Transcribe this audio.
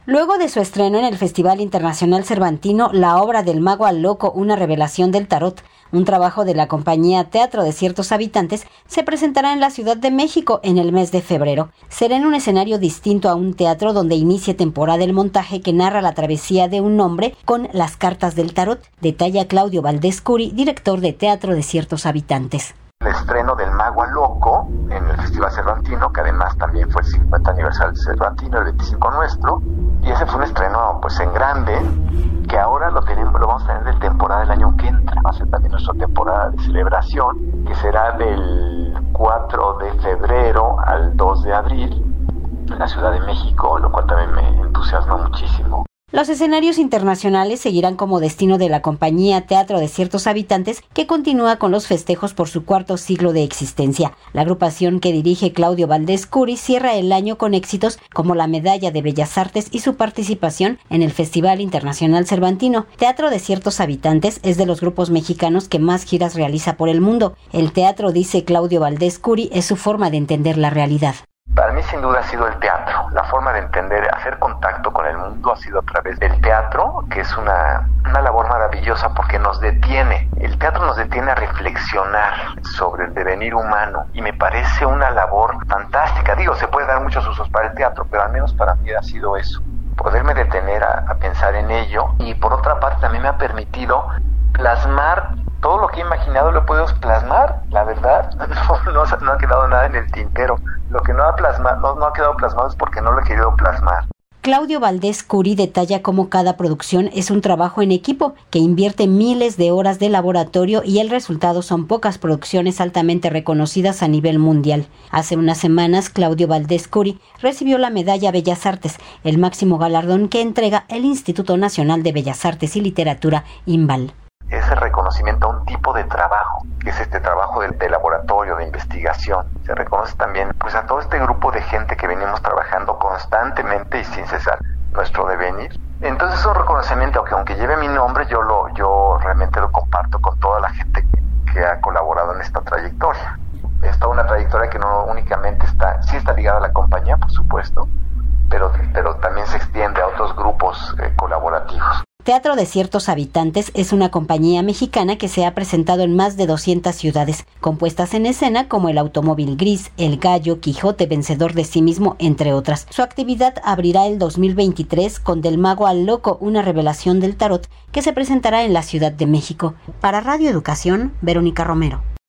Luego de su estreno en el Festival Internacional Cervantino, la obra del Mago al Loco, una revelación del tarot, un trabajo de la compañía Teatro de Ciertos Habitantes, se presentará en la Ciudad de México en el mes de febrero. Será en un escenario distinto a un teatro donde inicia temporada el montaje que narra la travesía de un hombre con las cartas del tarot, detalla Claudio Valdés Curi, director de Teatro de Ciertos Habitantes. El estreno del Mago al Loco en el Festival Cervantino, que además también fue el 50 aniversario del Cervantino, el 25 nuestro, y ese fue un estreno pues en grande, que ahora lo vamos a tener de temporada el año que entra. Va a ser también nuestra temporada de celebración, que será del 4 de febrero al 2 de abril en la Ciudad de México, lo cual también me entusiasma muchísimo. Los escenarios internacionales seguirán como destino de la compañía Teatro de Ciertos Habitantes, que continúa con los festejos por su cuarto siglo de existencia. La agrupación que dirige Claudio Valdés Curi cierra el año con éxitos como la Medalla de Bellas Artes y su participación en el Festival Internacional Cervantino. Teatro de Ciertos Habitantes es de los grupos mexicanos que más giras realiza por el mundo. El teatro, dice Claudio Valdés Curi, es su forma de entender la realidad. Para mí sin duda ha sido el teatro, la forma de entender, hacer contacto con el mundo ha sido a través del teatro, que es una labor maravillosa porque nos detiene, el teatro nos detiene a reflexionar sobre el devenir humano y me parece una labor fantástica. Digo, se puede dar muchos usos para el teatro, pero al menos para mí ha sido eso, poderme detener a pensar en ello, y por otra parte también me ha permitido plasmar todo lo que he imaginado. Lo puedo plasmar, la verdad, no ha quedado nada en el tintero. Lo que no ha quedado plasmado es porque no lo he querido plasmar. Claudio Valdés Curi detalla cómo cada producción es un trabajo en equipo que invierte miles de horas de laboratorio y el resultado son pocas producciones altamente reconocidas a nivel mundial. Hace unas semanas, Claudio Valdés Curi recibió la Medalla Bellas Artes, el máximo galardón que entrega el Instituto Nacional de Bellas Artes y Literatura, INBAL. Ese reconocimiento a un tipo de trabajo, que es este trabajo de laboratorio, de investigación. Se reconoce también pues a todo este grupo de gente que venimos trabajando constantemente y sin cesar nuestro devenir. Entonces es un reconocimiento que aunque lleve mi nombre, yo realmente lo comparto con toda la gente que ha colaborado en esta trayectoria. Es toda una trayectoria que no únicamente está ligada a la compañía, por supuesto, pero también se extiende a otros grupos colaborativos. Teatro de Ciertos Habitantes es una compañía mexicana que se ha presentado en más de 200 ciudades, con puestas en escena como El Automóvil Gris, El Gallo, Quijote Vencedor de sí mismo, entre otras. Su actividad abrirá el 2023 con Del Mago al Loco, una revelación del tarot, que se presentará en la Ciudad de México. Para Radio Educación, Verónica Romero.